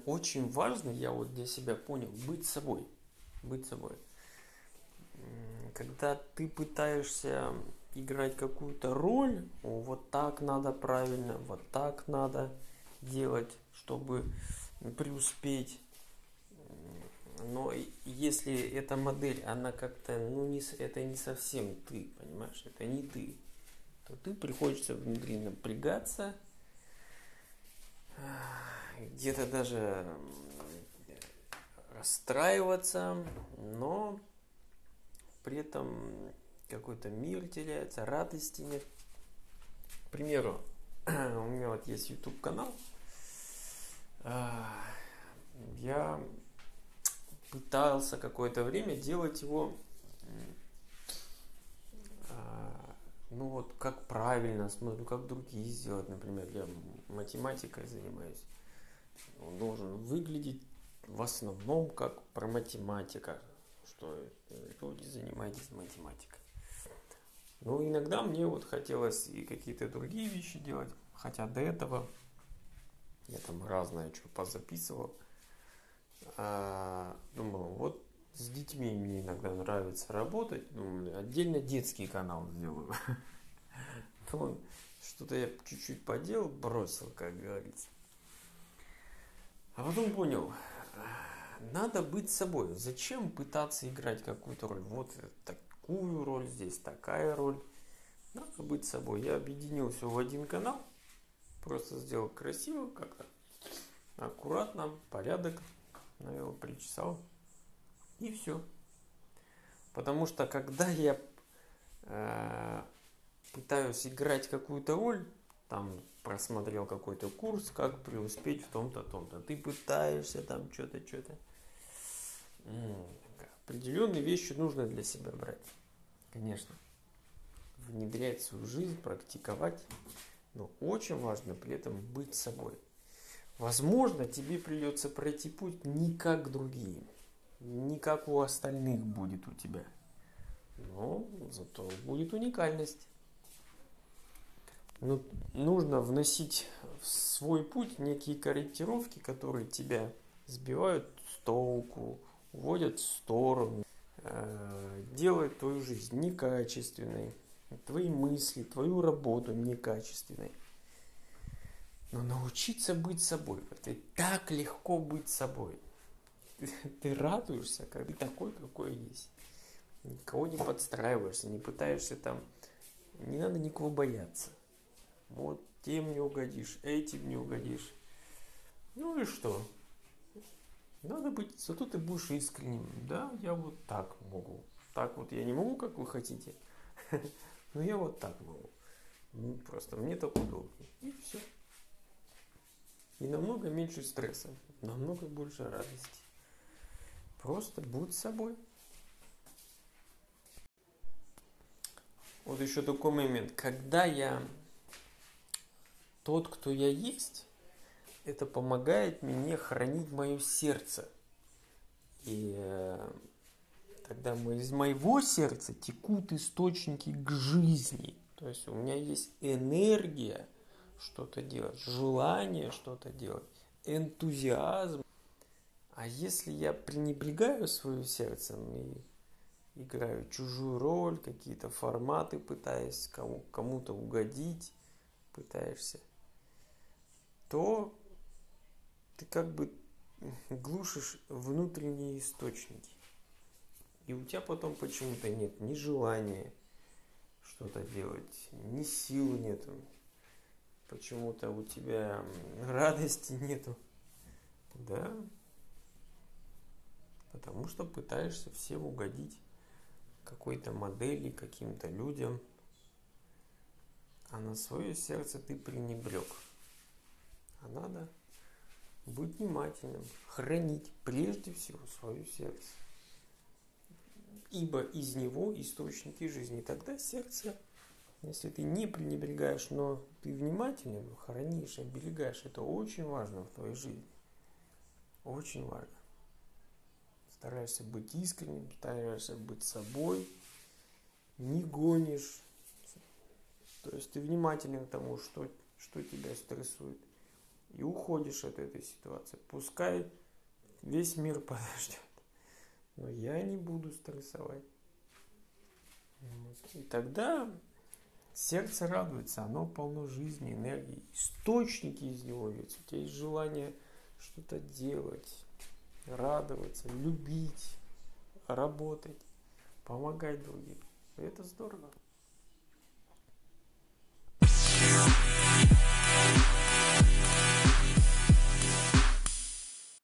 очень важно, я вот для себя понял, быть собой. Быть собой. Когда ты пытаешься играть какую-то роль, вот так надо правильно, вот так надо делать, чтобы преуспеть. Но если эта модель, она как-то, это не совсем ты, понимаешь, это не ты, то ты приходится внутри напрягаться, где-то даже расстраиваться, но при этом какой-то мир теряется, радости нет. К примеру, у меня вот есть YouTube канал, я пытался какое-то время делать его, как правильно, смотрю, как другие сделать, например, я математикой занимаюсь, он должен выглядеть в основном как про математика, что люди занимаетесь математикой. Но иногда мне вот хотелось и какие-то другие вещи делать, хотя до этого я там разное что позаписывал. Думал, вот с детьми мне иногда нравится работать, думаю, отдельно детский канал сделаю. Но что-то я чуть-чуть поделал, бросил, как говорится. А потом понял, надо быть собой. Зачем пытаться играть какую-то роль? Вот такую роль, здесь такая роль. Надо быть собой. Я объединил все в один канал. Просто сделал красиво, как-то аккуратно, порядок навел, причесал. И все. Потому что когда я пытаюсь играть какую-то роль, там просмотрел какой-то курс, как преуспеть в том-то, том-то. Ты пытаешься там что-то. Определенные вещи нужно для себя брать. Конечно. Внедрять в свою жизнь, практиковать. Но очень важно при этом быть собой. Возможно, тебе придется пройти путь не как другие. Не как у остальных будет у тебя. Но зато будет уникальность. Но нужно вносить в свой путь некие корректировки, которые тебя сбивают с толку, уводят в сторону, делают твою жизнь некачественной, твои мысли, твою работу некачественной. Но научиться быть собой, это так легко быть собой. Ты радуешься, как ты такой, какой есть. Никого не подстраиваешься, не пытаешься там, не надо никого бояться. Вот тем не угодишь, этим не угодишь. Ну и что? Надо быть, зато ты будешь искренним. Да, я вот так могу. Так вот я не могу, как вы хотите. Но я вот так могу. Просто мне так удобнее. И все. И намного меньше стресса. Намного больше радости. Просто будь собой. Вот еще такой момент. Когда я тот, кто я есть, это помогает мне хранить мое сердце. И тогда из моего сердца текут источники к жизни. То есть у меня есть энергия что-то делать, желание что-то делать, энтузиазм. А если я пренебрегаю своим сердцем и играю чужую роль, какие-то форматы пытаясь кому-то угодить, пытаешься, то ты как бы глушишь внутренние источники. И у тебя потом почему-то нет ни желания что-то делать, ни сил нету. Почему-то у тебя радости нету. Да? Потому что пытаешься всем угодить, какой-то модели, каким-то людям. А на свое сердце ты пренебрег. А надо быть внимательным, хранить прежде всего свое сердце. Ибо из него источники жизни. И тогда сердце, если ты не пренебрегаешь, но ты внимателен, хранишь, оберегаешь, это очень важно в твоей жизни. Очень важно. Стараешься быть искренним, стараешься быть собой, не гонишь. То есть ты внимателен к тому, что тебя стрессует. и уходишь от этой ситуации. Пускай весь мир подождет, но я не буду стрессовать. И тогда сердце радуется, оно полно жизни, энергии, источники из него ведь. У тебя есть желание что-то делать, радоваться, любить, работать, помогать другим. И это здорово.